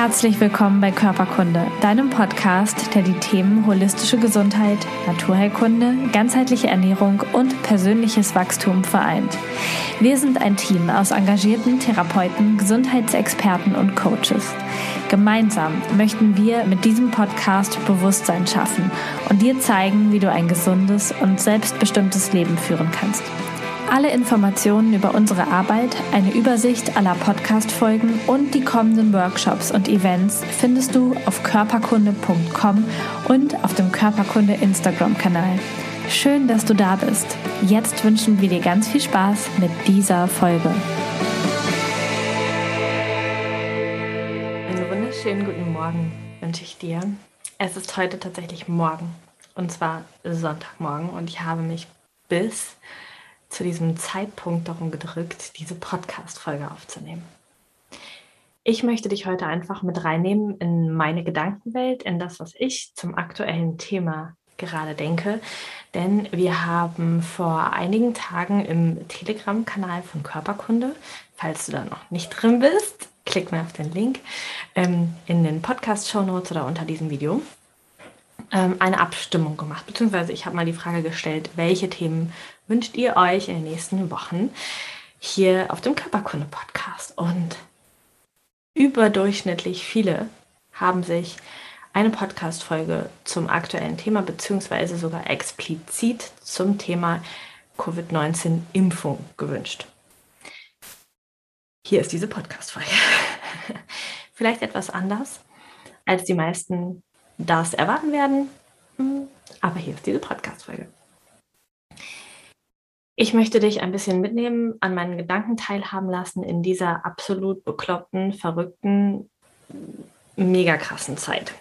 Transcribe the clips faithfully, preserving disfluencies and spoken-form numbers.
Herzlich willkommen bei Körperkunde, deinem Podcast, der die Themen holistische Gesundheit, Naturheilkunde, ganzheitliche Ernährung und persönliches Wachstum vereint. Wir sind ein Team aus engagierten Therapeuten, Gesundheitsexperten und Coaches. Gemeinsam möchten wir mit diesem Podcast Bewusstsein schaffen und dir zeigen, wie du ein gesundes und selbstbestimmtes Leben führen kannst. Alle Informationen über unsere Arbeit, eine Übersicht aller Podcast-Folgen und die kommenden Workshops und Events findest du auf körperkunde punkt com und auf dem Körperkunde-Instagram-Kanal. Schön, dass du da bist. Jetzt wünschen wir dir ganz viel Spaß mit dieser Folge. Einen wunderschönen guten Morgen wünsche ich dir. Es ist heute tatsächlich morgen, und zwar Sonntagmorgen, und ich habe mich bis zu diesem Zeitpunkt darum gedrückt, diese Podcast-Folge aufzunehmen. Ich möchte dich heute einfach mit reinnehmen in meine Gedankenwelt, in das, was ich zum aktuellen Thema gerade denke. Denn wir haben vor einigen Tagen im Telegram-Kanal von Körperkunde, falls du da noch nicht drin bist, klick mal auf den Link ähm, in den Podcast-Shownotes oder unter diesem Video, ähm, eine Abstimmung gemacht. Beziehungsweise ich habe mal die Frage gestellt, welche Themen wünscht ihr euch in den nächsten Wochen hier auf dem Körperkunde-Podcast? Und überdurchschnittlich viele haben sich eine Podcast-Folge zum aktuellen Thema beziehungsweise sogar explizit zum Thema Covid neunzehn Impfung gewünscht. Hier ist diese Podcast-Folge. Vielleicht etwas anders, als die meisten das erwarten werden, aber hier ist diese Podcast-Folge. Ich möchte dich ein bisschen mitnehmen, an meinen Gedanken teilhaben lassen in dieser absolut bekloppten, verrückten, mega krassen Zeit.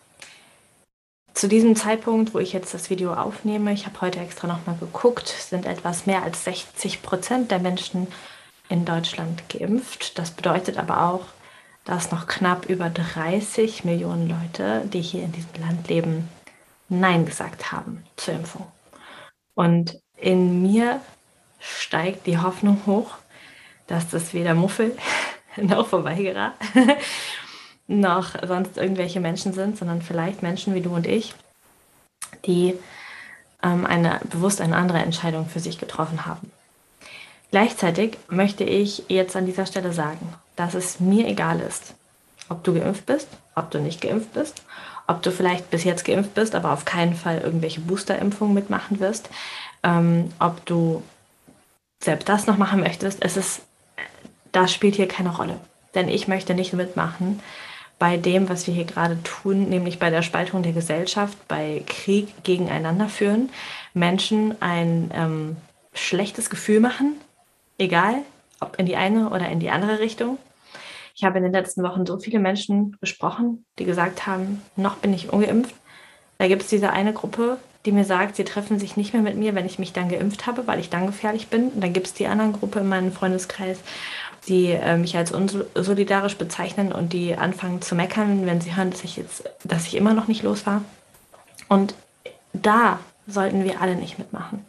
Zu diesem Zeitpunkt, wo ich jetzt das Video aufnehme, ich habe heute extra nochmal geguckt, sind etwas mehr als sechzig Prozent der Menschen in Deutschland geimpft. Das bedeutet aber auch, dass noch knapp über dreißig Millionen Leute, die hier in diesem Land leben, Nein gesagt haben zur Impfung. Und in mir steigt die Hoffnung hoch, dass das weder Muffel noch Vorbeigerer noch sonst irgendwelche Menschen sind, sondern vielleicht Menschen wie du und ich, die ähm, eine, bewusst eine andere Entscheidung für sich getroffen haben. Gleichzeitig möchte ich jetzt an dieser Stelle sagen, dass es mir egal ist, ob du geimpft bist, ob du nicht geimpft bist, ob du vielleicht bis jetzt geimpft bist, aber auf keinen Fall irgendwelche Boosterimpfungen mitmachen wirst, ähm, ob du selbst das noch machen möchtest. Es ist, das spielt hier keine Rolle, denn ich möchte nicht mitmachen bei dem, was wir hier gerade tun, nämlich bei der Spaltung der Gesellschaft, bei Krieg gegeneinander führen, Menschen ein ähm, schlechtes Gefühl machen, egal ob in die eine oder in die andere Richtung. Ich habe in den letzten Wochen so viele Menschen gesprochen, die gesagt haben, noch bin ich ungeimpft. Da gibt es diese eine Gruppe, die mir sagt, sie treffen sich nicht mehr mit mir, wenn ich mich dann geimpft habe, weil ich dann gefährlich bin. Und dann gibt es die andere Gruppe in meinem Freundeskreis, die äh, mich als unsolidarisch bezeichnen und die anfangen zu meckern, wenn sie hören, dass ich jetzt, dass ich immer noch nicht los war. Und da sollten wir alle nicht mitmachen.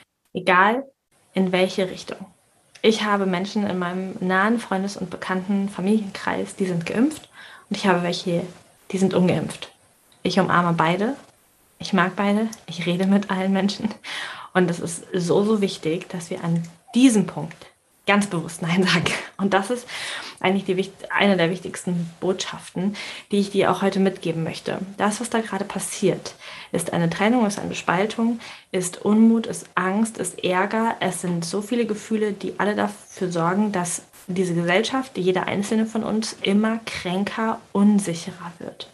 Egal in welche Richtung. Ich habe Menschen in meinem nahen Freundes- und bekannten Familienkreis, die sind geimpft, und ich habe welche, die sind ungeimpft. Ich umarme beide, ich mag beide, ich rede mit allen Menschen, und es ist so, so wichtig, dass wir an diesem Punkt ganz bewusst Nein sagen. Und das ist eigentlich die, eine der wichtigsten Botschaften, die ich dir auch heute mitgeben möchte. Das, was da gerade passiert, ist eine Trennung, ist eine Spaltung, ist Unmut, ist Angst, ist Ärger. Es sind so viele Gefühle, die alle dafür sorgen, dass diese Gesellschaft, jeder einzelne von uns, immer kränker, unsicherer wird.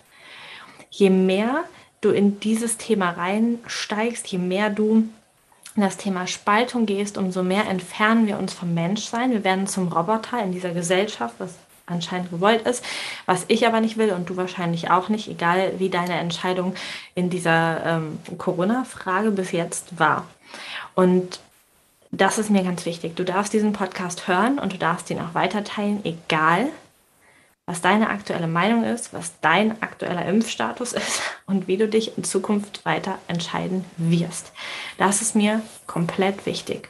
Je mehr du in dieses Thema reinsteigst, je mehr du in das Thema Spaltung gehst, umso mehr entfernen wir uns vom Menschsein. Wir werden zum Roboter in dieser Gesellschaft, was anscheinend gewollt ist, was ich aber nicht will und du wahrscheinlich auch nicht, egal wie deine Entscheidung in dieser ähm, Corona-Frage bis jetzt war. Und das ist mir ganz wichtig. Du darfst diesen Podcast hören und du darfst ihn auch weiterteilen, egal was deine aktuelle Meinung ist, was dein aktueller Impfstatus ist und wie du dich in Zukunft weiter entscheiden wirst. Das ist mir komplett wichtig.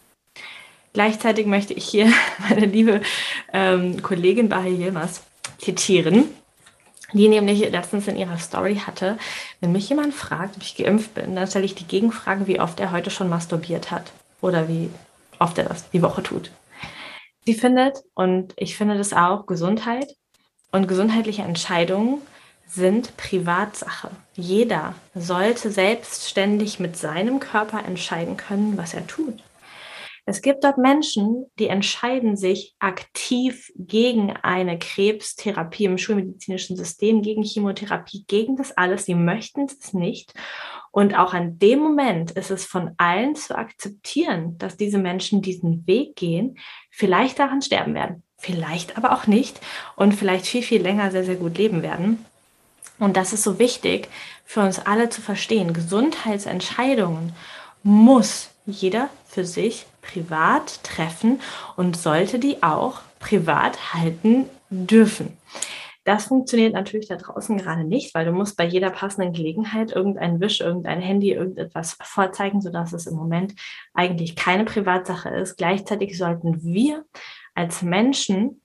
Gleichzeitig möchte ich hier meine liebe ähm, Kollegin Bahir Yilmaz zitieren. die nämlich letztens in ihrer Story hatte, wenn mich jemand fragt, ob ich geimpft bin, dann stelle ich die Gegenfrage, wie oft er heute schon masturbiert hat oder wie oft er das die Woche tut. Sie findet, und ich finde das auch, Gesundheit und gesundheitliche Entscheidungen sind Privatsache. Jeder sollte selbstständig mit seinem Körper entscheiden können, was er tut. Es gibt dort Menschen, die entscheiden sich aktiv gegen eine Krebstherapie im schulmedizinischen System, gegen Chemotherapie, gegen das alles. Sie möchten es nicht. Und auch an dem Moment ist es von allen zu akzeptieren, dass diese Menschen diesen Weg gehen, vielleicht daran sterben werden, vielleicht aber auch nicht und vielleicht viel, viel länger sehr, sehr gut leben werden. Und das ist so wichtig für uns alle zu verstehen. Gesundheitsentscheidungen muss jeder für sich privat treffen und sollte die auch privat halten dürfen. Das funktioniert natürlich da draußen gerade nicht, weil du musst bei jeder passenden Gelegenheit irgendein Wisch, irgendein Handy, irgendetwas vorzeigen, sodass es im Moment eigentlich keine Privatsache ist. Gleichzeitig sollten wir als Menschen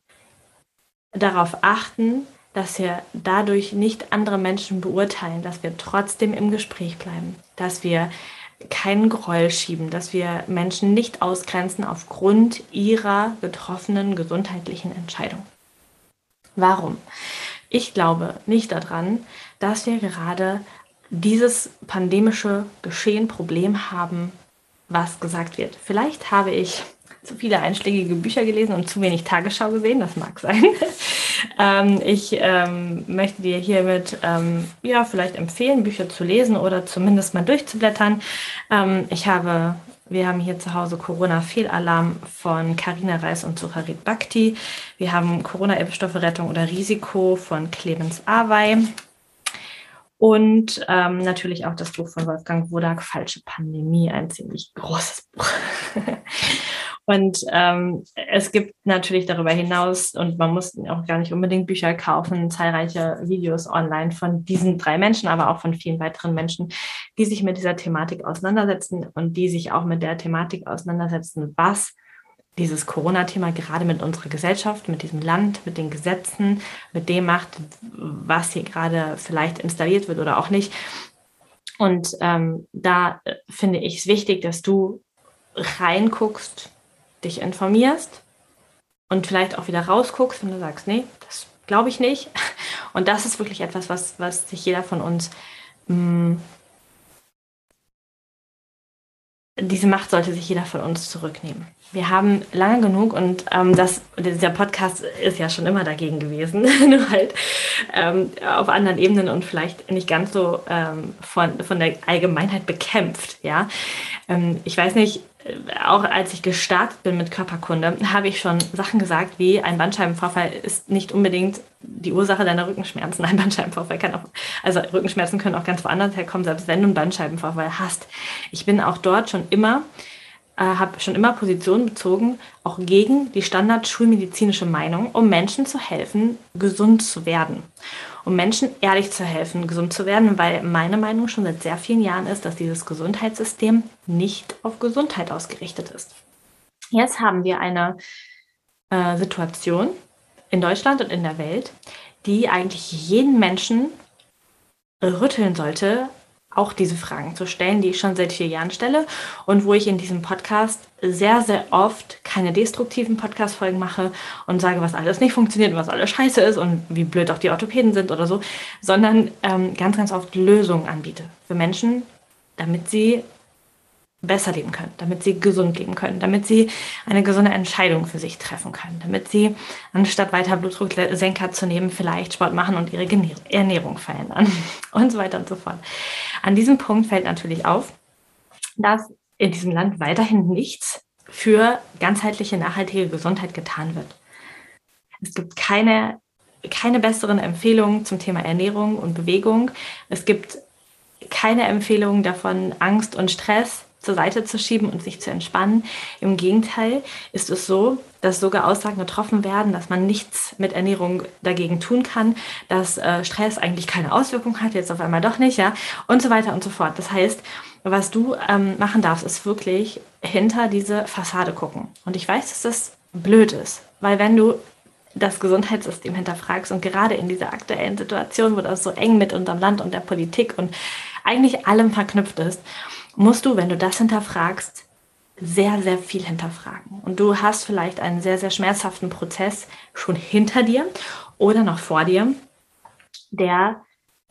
darauf achten, dass wir dadurch nicht andere Menschen beurteilen, dass wir trotzdem im Gespräch bleiben, dass wir keinen Groll schieben, dass wir Menschen nicht ausgrenzen aufgrund ihrer getroffenen gesundheitlichen Entscheidung. Warum? Ich glaube nicht daran, dass wir gerade dieses pandemische Geschehen, Problem haben, was gesagt wird. Vielleicht habe ich zu viele einschlägige Bücher gelesen und zu wenig Tagesschau gesehen, das mag sein. ähm, ich ähm, möchte dir hiermit ähm, ja, vielleicht empfehlen, Bücher zu lesen oder zumindest mal durchzublättern. Ähm, ich habe, wir haben hier zu Hause Corona-Fehlalarm von Carina Reis und Sucharit Bhakti. Wir haben Corona-Impfstoffe-Rettung oder Risiko von Clemens Awey. Und ähm, natürlich auch das Buch von Wolfgang Wodak, Falsche Pandemie, ein ziemlich großes Buch. Und ähm, es gibt natürlich darüber hinaus, und man muss auch gar nicht unbedingt Bücher kaufen, zahlreiche Videos online von diesen drei Menschen, aber auch von vielen weiteren Menschen, die sich mit dieser Thematik auseinandersetzen und die sich auch mit der Thematik auseinandersetzen, was dieses Corona-Thema gerade mit unserer Gesellschaft, mit diesem Land, mit den Gesetzen, mit dem macht, was hier gerade vielleicht installiert wird oder auch nicht. Und ähm, da finde ich es wichtig, dass du reinguckst, dich informierst und vielleicht auch wieder rausguckst, wenn du sagst, nee, das glaube ich nicht. Und das ist wirklich etwas, was, was sich jeder von uns mh, diese Macht sollte sich jeder von uns zurücknehmen. Wir haben lange genug, und ähm, das, dieser Podcast ist ja schon immer dagegen gewesen, nur halt ähm, auf anderen Ebenen und vielleicht nicht ganz so ähm, von, von der Allgemeinheit bekämpft. Ja? Ähm, ich weiß nicht, auch als ich gestartet bin mit Körperkunde, habe ich schon Sachen gesagt, wie ein Bandscheibenvorfall ist nicht unbedingt die Ursache deiner Rückenschmerzen. Ein Bandscheibenvorfall kann auch, also Rückenschmerzen können auch ganz woanders herkommen, selbst wenn du einen Bandscheibenvorfall hast. Ich bin auch dort schon immer, äh, habe schon immer Position bezogen, auch gegen die standard-schulmedizinische Meinung, um Menschen zu helfen, gesund zu werden. Um Menschen ehrlich zu helfen, gesund zu werden, weil meine Meinung schon seit sehr vielen Jahren ist, dass dieses Gesundheitssystem nicht auf Gesundheit ausgerichtet ist. Jetzt haben wir eine äh, Situation in Deutschland und in der Welt, die eigentlich jeden Menschen rütteln sollte, auch diese Fragen zu stellen, die ich schon seit vier Jahren stelle und wo ich in diesem Podcast sehr, sehr oft keine destruktiven Podcast-Folgen mache und sage, was alles nicht funktioniert und was alles scheiße ist und wie blöd auch die Orthopäden sind oder so, sondern ähm, ganz, ganz oft Lösungen anbiete für Menschen, damit sie besser leben können, damit sie gesund leben können, damit sie eine gesunde Entscheidung für sich treffen können, damit sie, anstatt weiter Blutdrucksenker zu nehmen, vielleicht Sport machen und ihre Ernährung verändern und so weiter und so fort. An diesem Punkt fällt natürlich auf, dass in diesem Land weiterhin nichts für ganzheitliche, nachhaltige Gesundheit getan wird. Es gibt keine, keine besseren Empfehlungen zum Thema Ernährung und Bewegung. Es gibt keine Empfehlungen davon, Angst und Stress zur Seite zu schieben und sich zu entspannen. Im Gegenteil ist es so, dass sogar Aussagen getroffen werden, dass man nichts mit Ernährung dagegen tun kann, dass äh, Stress eigentlich keine Auswirkung hat, jetzt auf einmal doch nicht, ja, und so weiter und so fort. Das heißt, was du ähm, machen darfst, ist wirklich hinter diese Fassade gucken. Und ich weiß, dass das blöd ist, weil wenn du das Gesundheitssystem hinterfragst und gerade in dieser aktuellen Situation, wo das so eng mit unserem Land und der Politik und eigentlich allem verknüpft ist, musst du, wenn du das hinterfragst, sehr, sehr viel hinterfragen. Und du hast vielleicht einen sehr, sehr schmerzhaften Prozess schon hinter dir oder noch vor dir, der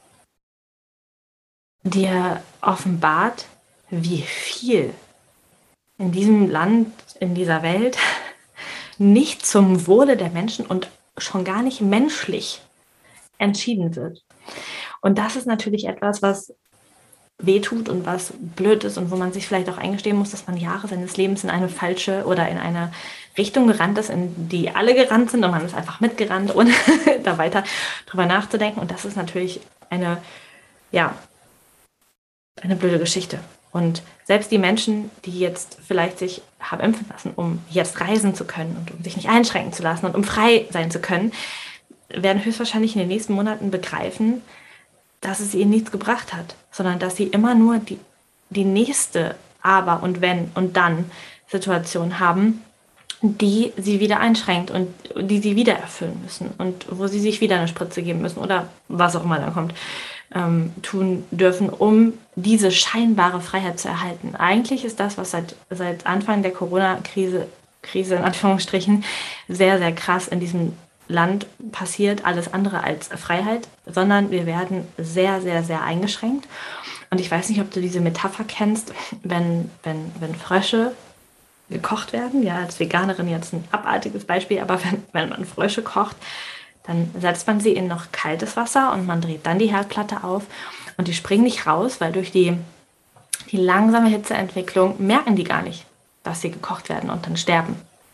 dir offenbart, wie viel in diesem Land, in dieser Welt nicht zum Wohle der Menschen und schon gar nicht menschlich entschieden wird. Und das ist natürlich etwas, was wehtut und was blöd ist und wo man sich vielleicht auch eingestehen muss, dass man Jahre seines Lebens in eine falsche oder in eine Richtung gerannt ist, in die alle gerannt sind und man ist einfach mitgerannt, ohne da weiter drüber nachzudenken. Und das ist natürlich eine, ja, eine blöde Geschichte. Und selbst die Menschen, die jetzt vielleicht sich haben impfen lassen, um jetzt reisen zu können und um sich nicht einschränken zu lassen und um frei sein zu können, werden höchstwahrscheinlich in den nächsten Monaten begreifen, dass es ihnen nichts gebracht hat, sondern dass sie immer nur die, die nächste Aber- und Wenn- und Dann-Situation haben, die sie wieder einschränkt und die sie wieder erfüllen müssen und wo sie sich wieder eine Spritze geben müssen oder was auch immer dann kommt, ähm, tun dürfen, um diese scheinbare Freiheit zu erhalten. Eigentlich ist das, was seit, seit Anfang der Corona-Krise, Krise in Anführungsstrichen, sehr, sehr krass in diesem Land passiert, alles andere als Freiheit, sondern wir werden sehr, sehr, sehr eingeschränkt. Und ich weiß nicht, ob du diese Metapher kennst, wenn, wenn, wenn Frösche gekocht werden, ja, als Veganerin jetzt ein abartiges Beispiel, aber wenn, wenn man Frösche kocht, dann setzt man sie in noch kaltes Wasser und man dreht dann die Herdplatte auf und die springen nicht raus, weil durch die, die langsame Hitzeentwicklung merken die gar nicht, dass sie gekocht werden und dann sterben.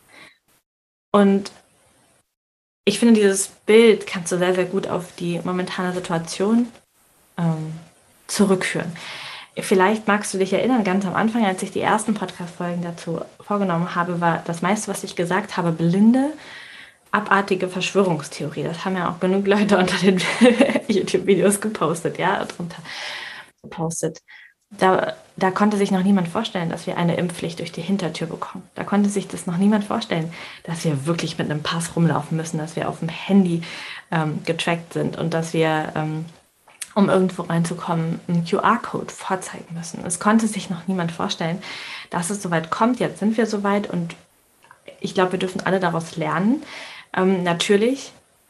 Und ich finde, dieses Bild kannst du sehr, sehr gut auf die momentane Situation ähm, zurückführen. Vielleicht magst du dich erinnern, ganz am Anfang, als ich die ersten Podcast-Folgen dazu vorgenommen habe, war das meiste, was ich gesagt habe, blinde, abartige Verschwörungstheorie. Das haben ja auch genug Leute unter den YouTube-Videos gepostet, ja, drunter gepostet. Da, da konnte sich noch niemand vorstellen, dass wir eine Impfpflicht durch die Hintertür bekommen. Da konnte sich das noch niemand vorstellen, dass wir wirklich mit einem Pass rumlaufen müssen, dass wir auf dem Handy ähm, getrackt sind und dass wir, ähm, um irgendwo reinzukommen, einen Q R-Code vorzeigen müssen. Es konnte sich noch niemand vorstellen, dass es soweit kommt. Jetzt sind wir soweit und ich glaube, wir dürfen alle daraus lernen. Ähm, natürlich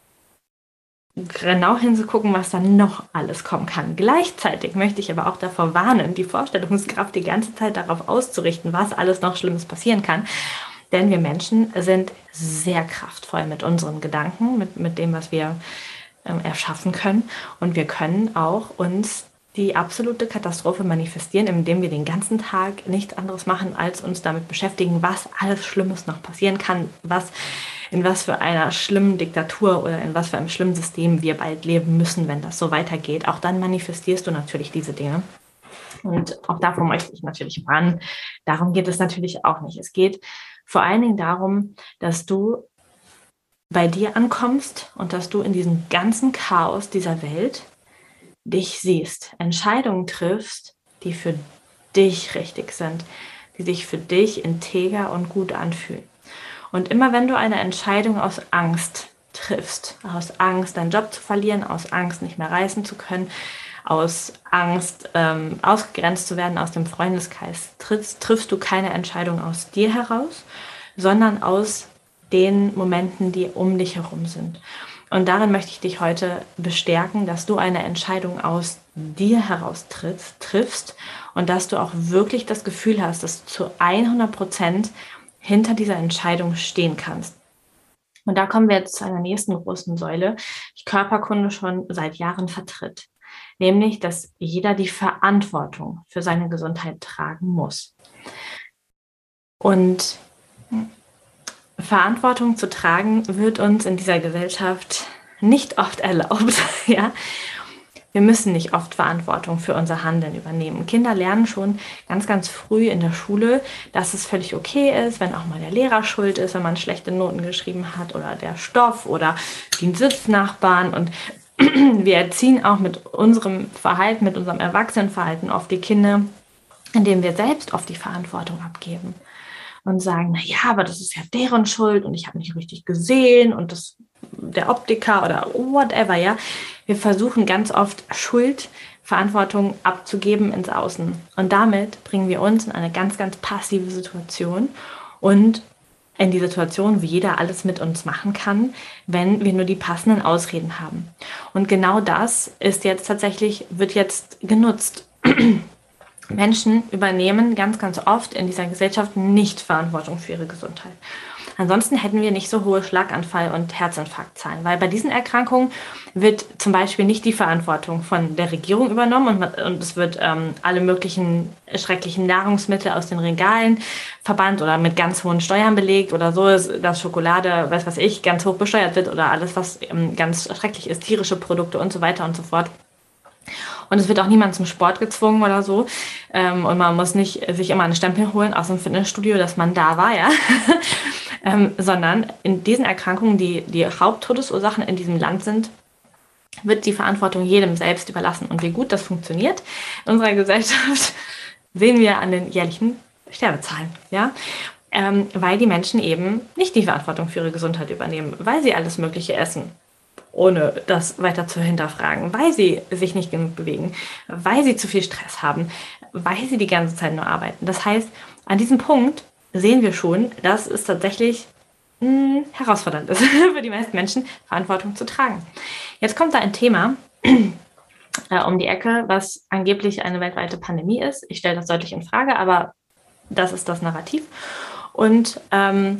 genau hinzugucken, was dann noch alles kommen kann. Gleichzeitig möchte ich aber auch davor warnen, die Vorstellungskraft die ganze Zeit darauf auszurichten, was alles noch Schlimmes passieren kann. Denn wir Menschen sind sehr kraftvoll mit unseren Gedanken, mit, mit dem, was wir ähm, erschaffen können. Und wir können auch uns die absolute Katastrophe manifestieren, indem wir den ganzen Tag nichts anderes machen, als uns damit beschäftigen, was alles Schlimmes noch passieren kann, was in was für einer schlimmen Diktatur oder in was für einem schlimmen System wir bald leben müssen, wenn das so weitergeht. Auch dann manifestierst du natürlich diese Dinge. Und auch davor möchte ich natürlich warnen. Darum geht es natürlich auch nicht. Es geht vor allen Dingen darum, dass du bei dir ankommst und dass du in diesem ganzen Chaos dieser Welt dich siehst, Entscheidungen triffst, die für dich richtig sind, die sich für dich integer und gut anfühlen. Und immer wenn du eine Entscheidung aus Angst triffst, aus Angst, deinen Job zu verlieren, aus Angst, nicht mehr reisen zu können, aus Angst, ähm, ausgegrenzt zu werden aus dem Freundeskreis, triffst, triffst du keine Entscheidung aus dir heraus, sondern aus den Momenten, die um dich herum sind. Und darin möchte ich dich heute bestärken, dass du eine Entscheidung aus dir heraus triffst, triffst und dass du auch wirklich das Gefühl hast, dass du zu hundert Prozent hinter dieser Entscheidung stehen kannst. Und da kommen wir jetzt zu einer nächsten großen Säule, die Körperkunde schon seit Jahren vertritt. Nämlich, dass jeder die Verantwortung für seine Gesundheit tragen muss. Und Verantwortung zu tragen wird uns in dieser Gesellschaft nicht oft erlaubt. Ja? Wir müssen nicht oft Verantwortung für unser Handeln übernehmen. Kinder lernen schon ganz, ganz früh in der Schule, dass es völlig okay ist, wenn auch mal der Lehrer schuld ist, wenn man schlechte Noten geschrieben hat oder der Stoff oder die Sitznachbarn. Und wir erziehen auch mit unserem Verhalten, mit unserem Erwachsenenverhalten oft die Kinder, indem wir selbst oft die Verantwortung abgeben und sagen, na ja, aber das ist ja deren Schuld und ich habe nicht richtig gesehen und das der Optiker oder whatever, ja. Wir versuchen ganz oft Schuld, Verantwortung abzugeben ins Außen. Und damit bringen wir uns in eine ganz, ganz passive Situation und in die Situation, wie jeder alles mit uns machen kann, wenn wir nur die passenden Ausreden haben. Und genau das ist jetzt tatsächlich, wird jetzt genutzt. Menschen übernehmen ganz, ganz oft in dieser Gesellschaft nicht Verantwortung für ihre Gesundheit. Ansonsten hätten wir nicht so hohe Schlaganfall- und Herzinfarktzahlen, weil bei diesen Erkrankungen wird zum Beispiel nicht die Verantwortung von der Regierung übernommen und, und es wird ähm, alle möglichen schrecklichen Nahrungsmittel aus den Regalen verbannt oder mit ganz hohen Steuern belegt oder so, dass Schokolade, weiß was ich, ganz hoch besteuert wird oder alles, was ähm, ganz schrecklich ist, tierische Produkte und so weiter und so fort. Und es wird auch niemand zum Sport gezwungen oder so. Ähm, und man muss nicht sich immer einen Stempel holen aus dem Fitnessstudio, dass man da war, ja. ähm, sondern in diesen Erkrankungen, die die Haupttodesursachen in diesem Land sind, wird die Verantwortung jedem selbst überlassen. Und wie gut das funktioniert in unserer Gesellschaft, sehen wir an den jährlichen Sterbezahlen, ja. Ähm, weil die Menschen eben nicht die Verantwortung für ihre Gesundheit übernehmen, weil sie alles Mögliche essen, ohne das weiter zu hinterfragen, weil sie sich nicht genug bewegen, weil sie zu viel Stress haben, weil sie die ganze Zeit nur arbeiten. Das heißt, an diesem Punkt sehen wir schon, dass es tatsächlich mh, herausfordernd ist für die meisten Menschen, Verantwortung zu tragen. Jetzt kommt da ein Thema äh, um die Ecke, was angeblich eine weltweite Pandemie ist. Ich stelle das deutlich in Frage, aber das ist das Narrativ. Und ähm,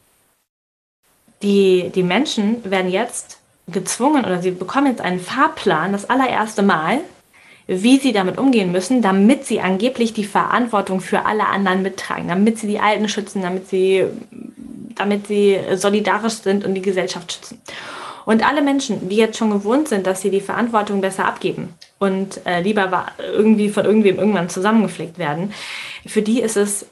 die, die Menschen werden jetzt gezwungen oder sie bekommen jetzt einen Fahrplan, das allererste Mal, wie sie damit umgehen müssen, damit sie angeblich die Verantwortung für alle anderen mittragen, damit sie die Alten schützen, damit sie, damit sie solidarisch sind und die Gesellschaft schützen. Und alle Menschen, die jetzt schon gewohnt sind, dass sie die Verantwortung besser abgeben und äh, lieber irgendwie von irgendwem irgendwann zusammengepflegt werden, für die ist es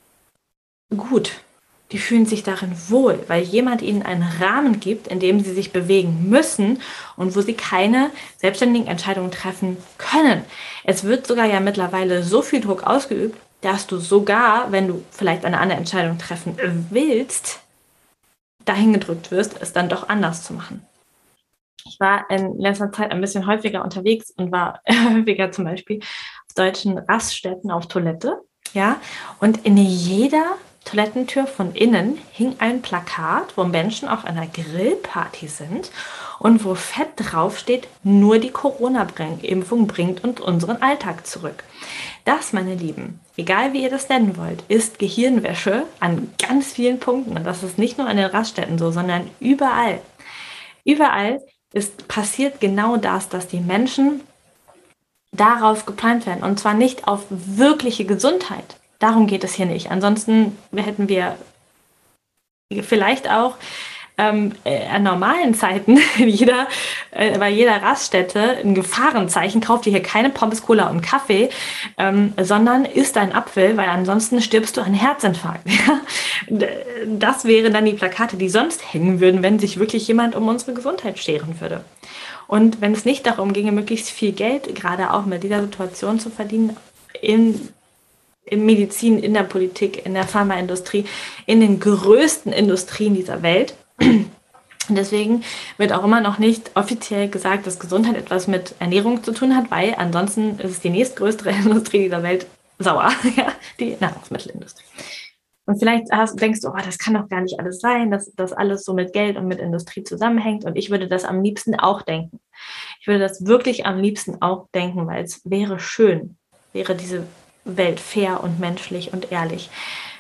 gut. Die fühlen sich darin wohl, weil jemand ihnen einen Rahmen gibt, in dem sie sich bewegen müssen und wo sie keine selbstständigen Entscheidungen treffen können. Es wird sogar ja mittlerweile so viel Druck ausgeübt, dass du sogar, wenn du vielleicht eine andere Entscheidung treffen willst, dahin gedrückt wirst, es dann doch anders zu machen. Ich war in letzter Zeit ein bisschen häufiger unterwegs und war häufiger zum Beispiel auf deutschen Raststätten auf Toilette. Ja? Und in jeder Toilettentür von innen hing ein Plakat, wo Menschen auf einer Grillparty sind und wo fett draufsteht, nur die Corona-Impfung bringt uns unseren Alltag zurück. Das, meine Lieben, egal wie ihr das nennen wollt, ist Gehirnwäsche an ganz vielen Punkten. Und das ist nicht nur an den Raststätten so, sondern überall. Überall ist passiert genau das, dass die Menschen darauf geplant werden. Und zwar nicht auf wirkliche Gesundheit. Darum geht es hier nicht. Ansonsten hätten wir vielleicht auch ähm, an normalen Zeiten jeder, äh, bei jeder Raststätte ein Gefahrenzeichen, kauft dir hier keine Pommes, Cola und Kaffee, ähm, sondern isst einen Apfel, weil ansonsten stirbst du an Herzinfarkt. Das wären dann die Plakate, die sonst hängen würden, wenn sich wirklich jemand um unsere Gesundheit scheren würde. Und wenn es nicht darum ginge, möglichst viel Geld gerade auch mit dieser Situation zu verdienen, in in Medizin, in der Politik, in der Pharmaindustrie, in den größten Industrien dieser Welt. Und deswegen wird auch immer noch nicht offiziell gesagt, dass Gesundheit etwas mit Ernährung zu tun hat, weil ansonsten ist es die nächstgrößte Industrie dieser Welt sauer, ja, die Nahrungsmittelindustrie. Und vielleicht hast, denkst du, oh, das kann doch gar nicht alles sein, dass das alles so mit Geld und mit Industrie zusammenhängt. Und ich würde das am liebsten auch denken. Ich würde das wirklich am liebsten auch denken, weil es wäre schön, wäre diese Welt fair und menschlich und ehrlich.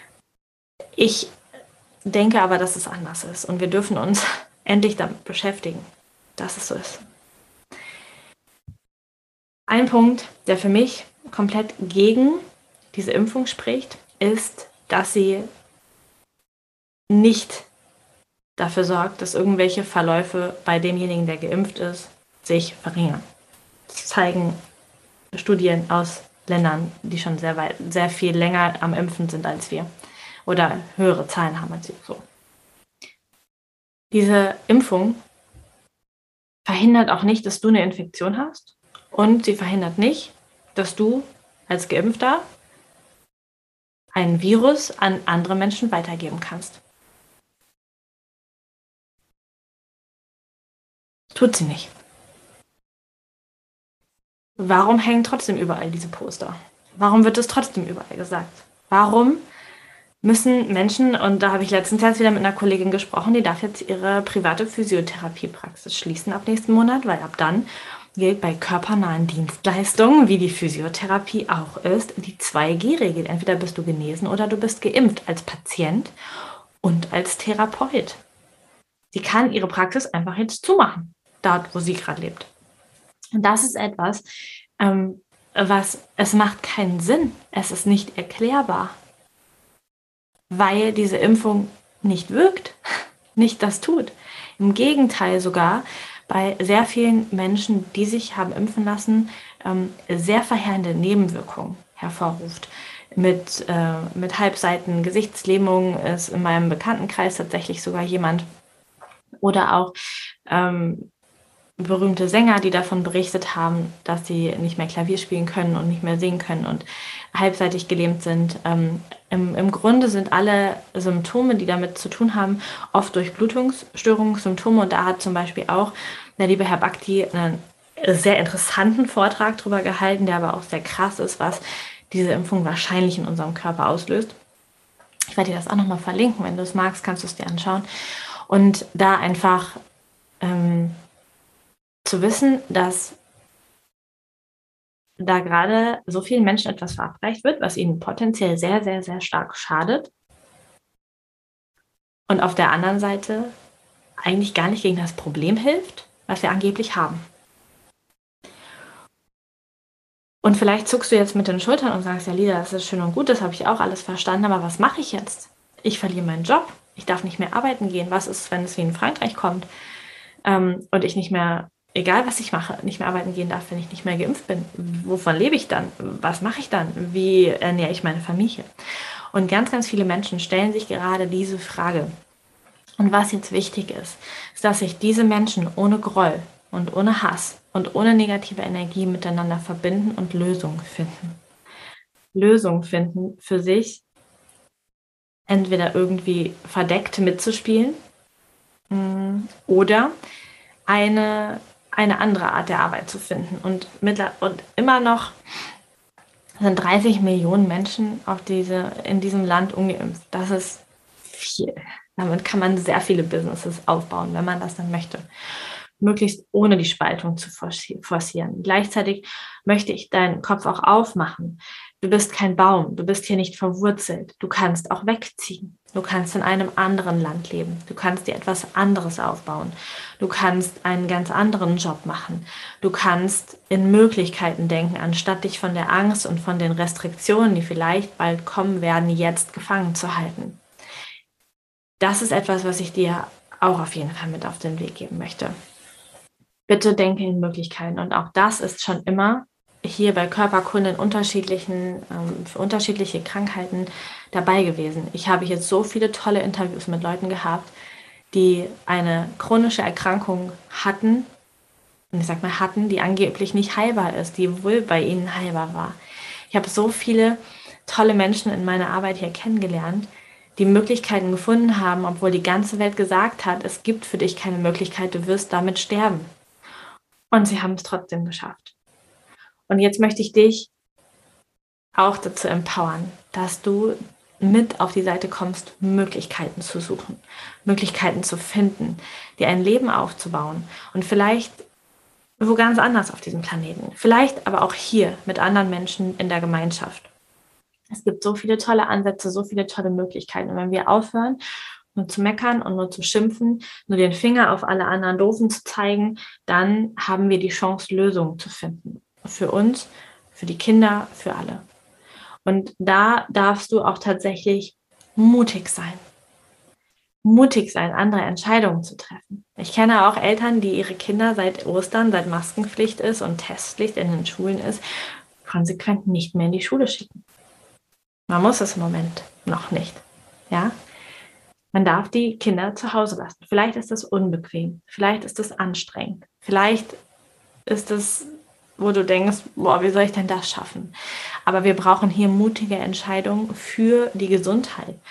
Ich denke aber, dass es anders ist und wir dürfen uns endlich damit beschäftigen, dass es so ist. Ein Punkt, der für mich komplett gegen diese Impfung spricht, ist, dass sie nicht dafür sorgt, dass irgendwelche Verläufe bei demjenigen, der geimpft ist, sich verringern. Das zeigen Studien aus Ländern, die schon sehr weit, sehr viel länger am Impfen sind als wir oder höhere Zahlen haben als wir. So. Diese Impfung verhindert auch nicht, dass du eine Infektion hast und sie verhindert nicht, dass du als Geimpfter ein Virus an andere Menschen weitergeben kannst. Tut sie nicht. Warum hängen trotzdem überall diese Poster? Warum wird es trotzdem überall gesagt? Warum müssen Menschen, und da habe ich letztens erst wieder mit einer Kollegin gesprochen, die darf jetzt ihre private Physiotherapiepraxis schließen ab nächsten Monat, weil ab dann gilt bei körpernahen Dienstleistungen, wie die Physiotherapie auch ist, die zwei G Regel. Entweder bist du genesen oder du bist geimpft als Patient und als Therapeut. Sie kann ihre Praxis einfach jetzt zumachen, dort, wo sie gerade lebt. Und das ist etwas, ähm, was, es macht keinen Sinn. Es ist nicht erklärbar, weil diese Impfung nicht wirkt, nicht das tut. Im Gegenteil sogar bei sehr vielen Menschen, die sich haben impfen lassen, ähm, sehr verheerende Nebenwirkungen hervorruft. Mit, äh, mit Halbseiten Gesichtslähmung ist in meinem Bekanntenkreis tatsächlich sogar jemand, oder auch ähm, berühmte Sänger, die davon berichtet haben, dass sie nicht mehr Klavier spielen können und nicht mehr singen können und halbseitig gelähmt sind. Ähm, im, Im Grunde sind alle Symptome, die damit zu tun haben, oft Durchblutungsstörungssymptome. Und da hat zum Beispiel auch der liebe Herr Bhakti einen sehr interessanten Vortrag darüber gehalten, der aber auch sehr krass ist, was diese Impfung wahrscheinlich in unserem Körper auslöst. Ich werde dir das auch nochmal verlinken. Wenn du es magst, kannst du es dir anschauen. Und da einfach ähm, zu wissen, dass da gerade so vielen Menschen etwas verabreicht wird, was ihnen potenziell sehr, sehr, sehr stark schadet. Und auf der anderen Seite eigentlich gar nicht gegen das Problem hilft, was wir angeblich haben. Und vielleicht zuckst du jetzt mit den Schultern und sagst, ja Lida, das ist schön und gut, das habe ich auch alles verstanden, aber was mache ich jetzt? Ich verliere meinen Job, ich darf nicht mehr arbeiten gehen. Was ist, wenn es wie in Frankreich kommt ähm, und ich nicht mehr, egal was ich mache, nicht mehr arbeiten gehen darf, wenn ich nicht mehr geimpft bin? Wovon lebe ich dann? Was mache ich dann? Wie ernähre ich meine Familie? Und ganz, ganz viele Menschen stellen sich gerade diese Frage. Und was jetzt wichtig ist, ist, dass sich diese Menschen ohne Groll und ohne Hass und ohne negative Energie miteinander verbinden und Lösungen finden. Lösungen finden für sich, entweder irgendwie verdeckt mitzuspielen oder eine, eine andere Art der Arbeit zu finden. Und, mit, und immer noch sind dreißig Millionen Menschen auf diese, in diesem Land ungeimpft. Das ist viel. Damit kann man sehr viele Businesses aufbauen, wenn man das dann möchte. Möglichst ohne die Spaltung zu forcieren. Gleichzeitig möchte ich deinen Kopf auch aufmachen. Du bist kein Baum, du bist hier nicht verwurzelt. Du kannst auch wegziehen. Du kannst in einem anderen Land leben. Du kannst dir etwas anderes aufbauen. Du kannst einen ganz anderen Job machen. Du kannst in Möglichkeiten denken, anstatt dich von der Angst und von den Restriktionen, die vielleicht bald kommen werden, jetzt gefangen zu halten. Das ist etwas, was ich dir auch auf jeden Fall mit auf den Weg geben möchte. Bitte denke in Möglichkeiten. Und auch das ist schon immer hier bei Körperkunde in unterschiedlichen, ähm, für unterschiedliche Krankheiten dabei gewesen. Ich habe jetzt so viele tolle Interviews mit Leuten gehabt, die eine chronische Erkrankung hatten, und ich sag mal hatten, die angeblich nicht heilbar ist, die wohl bei ihnen heilbar war. Ich habe so viele tolle Menschen in meiner Arbeit hier kennengelernt, die Möglichkeiten gefunden haben, obwohl die ganze Welt gesagt hat, es gibt für dich keine Möglichkeit, du wirst damit sterben. Und sie haben es trotzdem geschafft. Und jetzt möchte ich dich auch dazu empowern, dass du mit auf die Seite kommst, Möglichkeiten zu suchen, Möglichkeiten zu finden, dir ein Leben aufzubauen und vielleicht wo ganz anders auf diesem Planeten, vielleicht aber auch hier mit anderen Menschen in der Gemeinschaft. Es gibt so viele tolle Ansätze, so viele tolle Möglichkeiten. Und wenn wir aufhören, nur zu meckern und nur zu schimpfen, nur den Finger auf alle anderen Doofen zu zeigen, dann haben wir die Chance, Lösungen zu finden. Für uns, für die Kinder, für alle. Und da darfst du auch tatsächlich mutig sein. Mutig sein, andere Entscheidungen zu treffen. Ich kenne auch Eltern, die ihre Kinder seit Ostern, seit Maskenpflicht ist und Testpflicht in den Schulen ist, konsequent nicht mehr in die Schule schicken. Man muss es im Moment noch nicht. Ja? Man darf die Kinder zu Hause lassen. Vielleicht ist das unbequem, vielleicht ist das anstrengend, vielleicht ist es, wo du denkst, boah, wie soll ich denn das schaffen? Aber wir brauchen hier mutige Entscheidungen für die Gesundheit.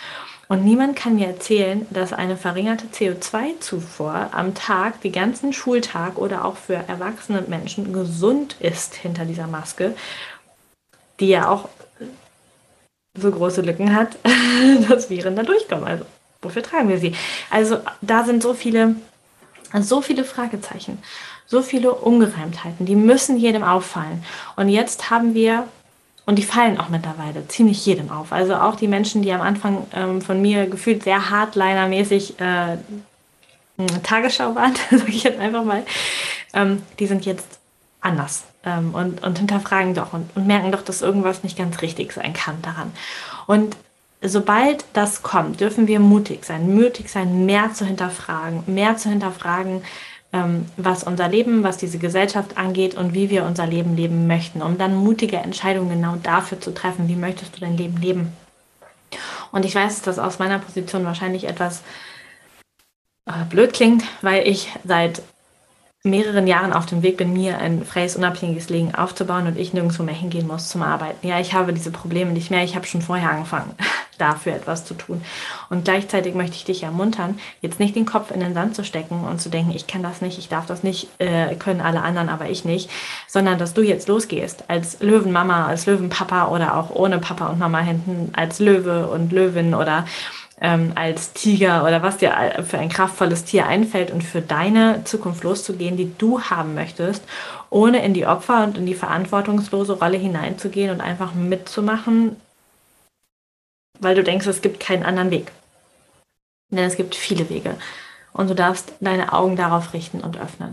Und niemand kann mir erzählen, dass eine verringerte C O zwei Zufuhr am Tag, den ganzen Schultag oder auch für erwachsene Menschen gesund ist hinter dieser Maske, die ja auch so große Lücken hat, dass Viren da durchkommen. Also wofür tragen wir sie? Also da sind so viele, so viele Fragezeichen, so viele Ungereimtheiten, die müssen jedem auffallen. Und jetzt haben wir, und die fallen auch mittlerweile ziemlich jedem auf. Also auch die Menschen, die am Anfang ähm, von mir gefühlt sehr hardliner-mäßig äh, Tagesschau waren, sage ich jetzt einfach mal, ähm, die sind jetzt anders ähm, und, und hinterfragen doch und, und merken doch, dass irgendwas nicht ganz richtig sein kann daran. Und sobald das kommt, dürfen wir mutig sein, mutig sein, mehr zu hinterfragen, mehr zu hinterfragen, ähm, was unser Leben, was diese Gesellschaft angeht und wie wir unser Leben leben möchten, um dann mutige Entscheidungen genau dafür zu treffen, wie möchtest du dein Leben leben. Und ich weiß, dass das aus meiner Position wahrscheinlich etwas äh, blöd klingt, weil ich seit mehreren Jahren auf dem Weg bin, mir ein freies, unabhängiges Leben aufzubauen und ich nirgendwo mehr hingehen muss zum Arbeiten. Ja, ich habe diese Probleme nicht mehr. Ich habe schon vorher angefangen, dafür etwas zu tun. Und gleichzeitig möchte ich dich ermuntern, jetzt nicht den Kopf in den Sand zu stecken und zu denken, ich kann das nicht, ich darf das nicht, äh, können alle anderen, aber ich nicht, sondern dass du jetzt losgehst als Löwenmama, als Löwenpapa oder auch ohne Papa und Mama hinten, als Löwe und Löwin oder Ähm, als Tiger oder was dir für ein kraftvolles Tier einfällt und für deine Zukunft loszugehen, die du haben möchtest, ohne in die Opfer- und in die verantwortungslose Rolle hineinzugehen und einfach mitzumachen, weil du denkst, es gibt keinen anderen Weg. Denn es gibt viele Wege und du darfst deine Augen darauf richten und öffnen.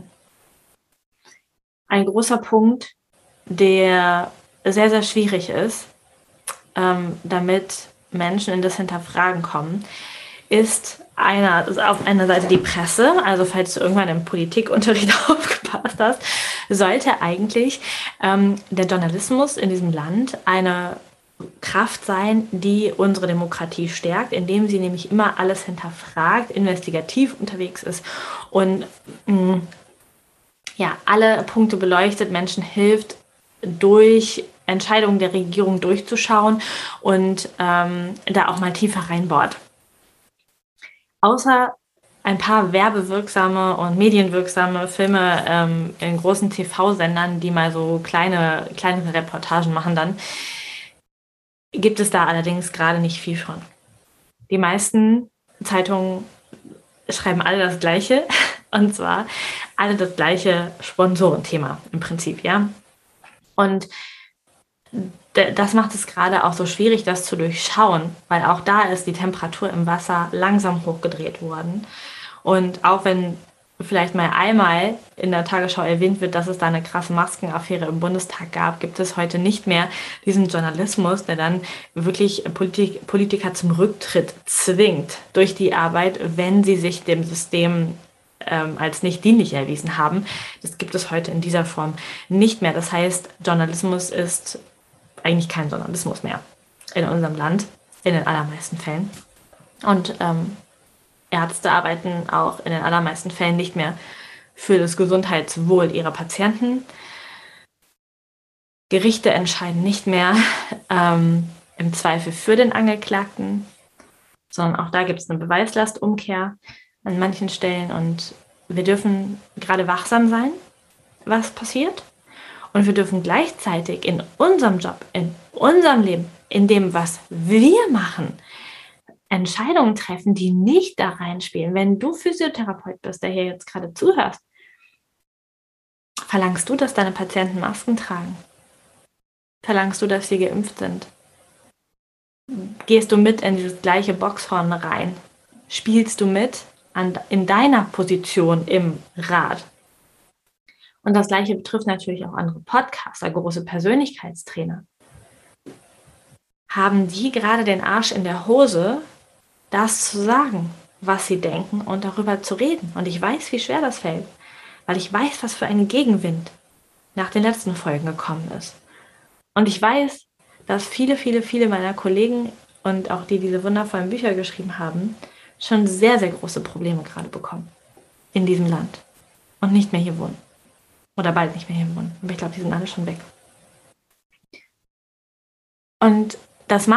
Ein großer Punkt, der sehr, sehr schwierig ist, ähm, damit Menschen in das Hinterfragen kommen, ist einer, ist auf einer Seite die Presse, also falls du irgendwann im Politikunterricht aufgepasst hast, sollte eigentlich ähm, der Journalismus in diesem Land eine Kraft sein, die unsere Demokratie stärkt, indem sie nämlich immer alles hinterfragt, investigativ unterwegs ist und mh, ja, alle Punkte beleuchtet, Menschen hilft, durch Entscheidungen der Regierung durchzuschauen und ähm, da auch mal tiefer reinbohrt. Außer ein paar werbewirksame und medienwirksame Filme ähm, in großen T V-Sendern, die mal so kleine, kleinere Reportagen machen dann, gibt es da allerdings gerade nicht viel von. Die meisten Zeitungen schreiben alle das Gleiche, und zwar alle das gleiche Sponsorenthema im Prinzip, ja. Und das macht es gerade auch so schwierig, das zu durchschauen, weil auch da ist die Temperatur im Wasser langsam hochgedreht worden. Und auch wenn vielleicht mal einmal in der Tagesschau erwähnt wird, dass es da eine krasse Maskenaffäre im Bundestag gab, gibt es heute nicht mehr diesen Journalismus, der dann wirklich Politik, Politiker zum Rücktritt zwingt durch die Arbeit, wenn sie sich dem System ähm, als nicht dienlich erwiesen haben. Das gibt es heute in dieser Form nicht mehr. Das heißt, Journalismus ist eigentlich kein Journalismus mehr in unserem Land, in den allermeisten Fällen. Und ähm, Ärzte arbeiten auch in den allermeisten Fällen nicht mehr für das Gesundheitswohl ihrer Patienten. Gerichte entscheiden nicht mehr ähm, im Zweifel für den Angeklagten, sondern auch da gibt es eine Beweislastumkehr an manchen Stellen. Und wir dürfen gerade wachsam sein, was passiert. Und wir dürfen gleichzeitig in unserem Job, in unserem Leben, in dem, was wir machen, Entscheidungen treffen, die nicht da reinspielen. Wenn du Physiotherapeut bist, der hier jetzt gerade zuhörst, verlangst du, dass deine Patienten Masken tragen? Verlangst du, dass sie geimpft sind? Gehst du mit in dieses gleiche Boxhorn rein? Spielst du mit an, in deiner Position im Rat? Und das Gleiche betrifft natürlich auch andere Podcaster, große Persönlichkeitstrainer. Haben die gerade den Arsch in der Hose, das zu sagen, was sie denken und darüber zu reden? Und ich weiß, wie schwer das fällt, weil ich weiß, was für ein Gegenwind nach den letzten Folgen gekommen ist. Und ich weiß, dass viele, viele, viele meiner Kollegen und auch die, die diese wundervollen Bücher geschrieben haben, schon sehr, sehr große Probleme gerade bekommen in diesem Land und nicht mehr hier wohnen. Oder bald nicht mehr hier wohnen. Aber ich glaube, die sind alle schon weg. Und das macht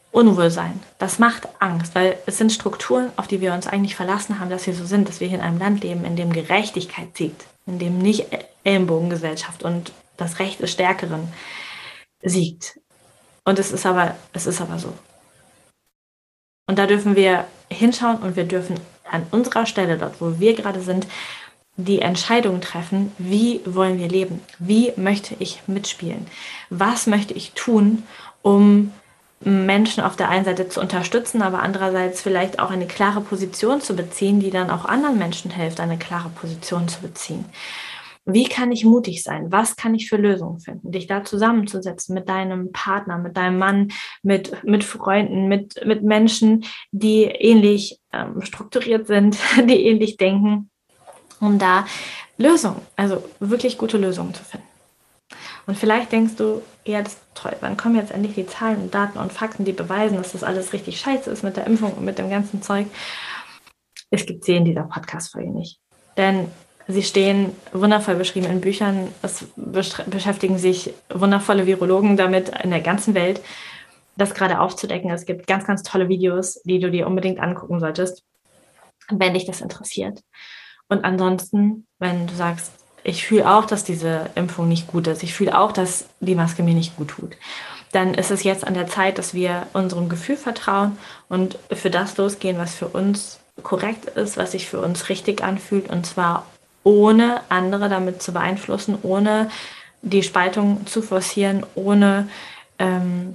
Unwohlsein. Das macht Angst, weil es sind Strukturen, auf die wir uns eigentlich verlassen haben, dass wir so sind, dass wir hier in einem Land leben, in dem Gerechtigkeit siegt, in dem nicht Ellenbogengesellschaft und das Recht des Stärkeren siegt. Und es ist aber, es ist aber so. Und da dürfen wir hinschauen und wir dürfen an unserer Stelle, dort wo wir gerade sind, die Entscheidung treffen, wie wollen wir leben? Wie möchte ich mitspielen? Was möchte ich tun, um Menschen auf der einen Seite zu unterstützen, aber andererseits vielleicht auch eine klare Position zu beziehen, die dann auch anderen Menschen hilft, eine klare Position zu beziehen. Wie kann ich mutig sein? Was kann ich für Lösungen finden? Dich da zusammenzusetzen mit deinem Partner, mit deinem Mann, mit, mit Freunden, mit, mit Menschen, die ähnlich ähm, strukturiert sind, die ähnlich denken, um da Lösungen, also wirklich gute Lösungen zu finden. Und vielleicht denkst du, ja, das ist toll, wann kommen jetzt endlich die Zahlen und Daten und Fakten, die beweisen, dass das alles richtig scheiße ist mit der Impfung und mit dem ganzen Zeug. Es gibt sie in dieser Podcast-Folge nicht. Denn sie stehen wundervoll beschrieben in Büchern. Es beschäftigen sich wundervolle Virologen damit in der ganzen Welt, das gerade aufzudecken. Es gibt ganz, ganz tolle Videos, die du dir unbedingt angucken solltest, wenn dich das interessiert. Und ansonsten, wenn du sagst, ich fühle auch, dass diese Impfung nicht gut ist, ich fühle auch, dass die Maske mir nicht gut tut, dann ist es jetzt an der Zeit, dass wir unserem Gefühl vertrauen und für das losgehen, was für uns korrekt ist, was sich für uns richtig anfühlt, und zwar ohne andere damit zu beeinflussen, ohne die Spaltung zu forcieren, ohne, ähm,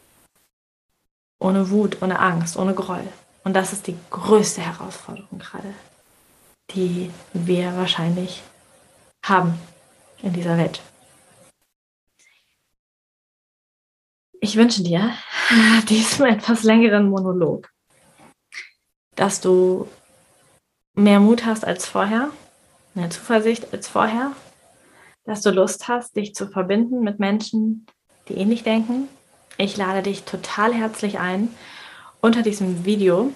ohne Wut, ohne Angst, ohne Groll. Und das ist die größte Herausforderung gerade, die wir wahrscheinlich haben in dieser Welt. Ich wünsche dir diesen etwas längeren Monolog, dass du mehr Mut hast als vorher, mehr Zuversicht als vorher, dass du Lust hast, dich zu verbinden mit Menschen, die ähnlich denken. Ich lade dich total herzlich ein, unter diesem Video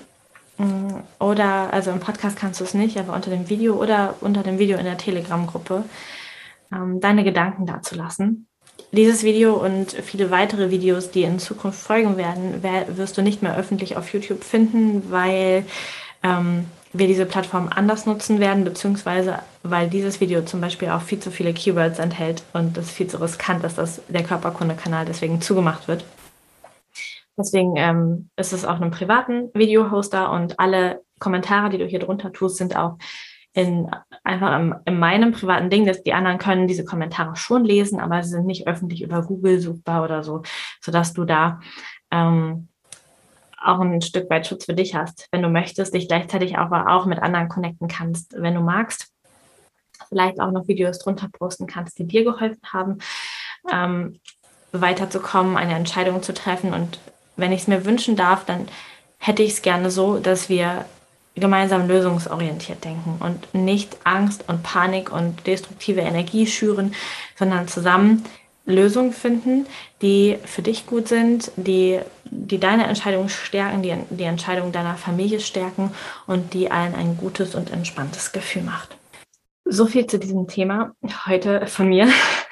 oder, also im Podcast kannst du es nicht, aber unter dem Video oder unter dem Video in der Telegram-Gruppe ähm, deine Gedanken dazulassen. Dieses Video und viele weitere Videos, die in Zukunft folgen werden, wirst du nicht mehr öffentlich auf YouTube finden, weil ähm, wir diese Plattform anders nutzen werden, beziehungsweise weil dieses Video zum Beispiel auch viel zu viele Keywords enthält und es viel zu riskant ist, dass der Körperkunde-Kanal deswegen zugemacht wird. Deswegen ähm, ist es auch einem privaten Video-Hoster und alle Kommentare, die du hier drunter tust, sind auch in, einfach in, in meinem privaten Ding. Dass die anderen können diese Kommentare schon lesen, aber sie sind nicht öffentlich über Google suchbar oder so, sodass du da ähm, auch ein Stück weit Schutz für dich hast, wenn du möchtest, dich gleichzeitig aber auch mit anderen connecten kannst, wenn du magst. Vielleicht auch noch Videos drunter posten kannst, die dir geholfen haben, ähm, weiterzukommen, eine Entscheidung zu treffen. Und wenn ich es mir wünschen darf, dann hätte ich es gerne so, dass wir gemeinsam lösungsorientiert denken und nicht Angst und Panik und destruktive Energie schüren, sondern zusammen Lösungen finden, die für dich gut sind, die, die deine Entscheidung stärken, die die Entscheidung deiner Familie stärken und die allen ein gutes und entspanntes Gefühl macht. So viel zu diesem Thema heute von mir.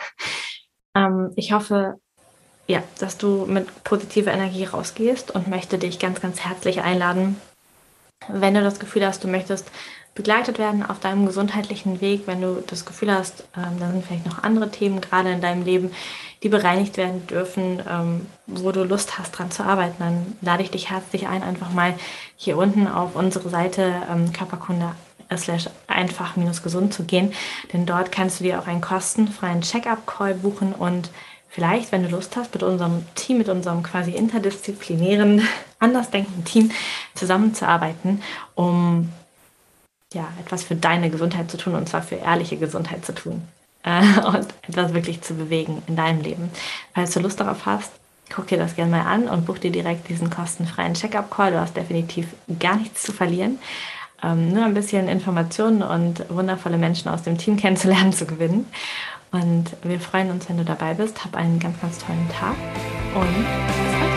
ähm, ich hoffe, ja, dass du mit positiver Energie rausgehst und möchte dich ganz, ganz herzlich einladen, wenn du das Gefühl hast, du möchtest begleitet werden auf deinem gesundheitlichen Weg, wenn du das Gefühl hast, ähm, da sind vielleicht noch andere Themen gerade in deinem Leben, die bereinigt werden dürfen, ähm, wo du Lust hast, dran zu arbeiten, dann lade ich dich herzlich ein, einfach mal hier unten auf unsere Seite ähm, Körperkunde slash einfach minus gesund zu gehen, denn dort kannst du dir auch einen kostenfreien Check-up-Call buchen und vielleicht, wenn du Lust hast, mit unserem Team, mit unserem quasi interdisziplinären, andersdenkenden Team zusammenzuarbeiten, um ja, etwas für deine Gesundheit zu tun, und zwar für ehrliche Gesundheit zu tun äh, und etwas wirklich zu bewegen in deinem Leben. Falls du Lust darauf hast, guck dir das gerne mal an und buch dir direkt diesen kostenfreien Check-up-Call. Du hast definitiv gar nichts zu verlieren. Ähm, nur ein bisschen Informationen und wundervolle Menschen aus dem Team kennenzulernen, zu gewinnen. Und wir freuen uns, wenn du dabei bist. Hab einen ganz, ganz tollen Tag und bis bald.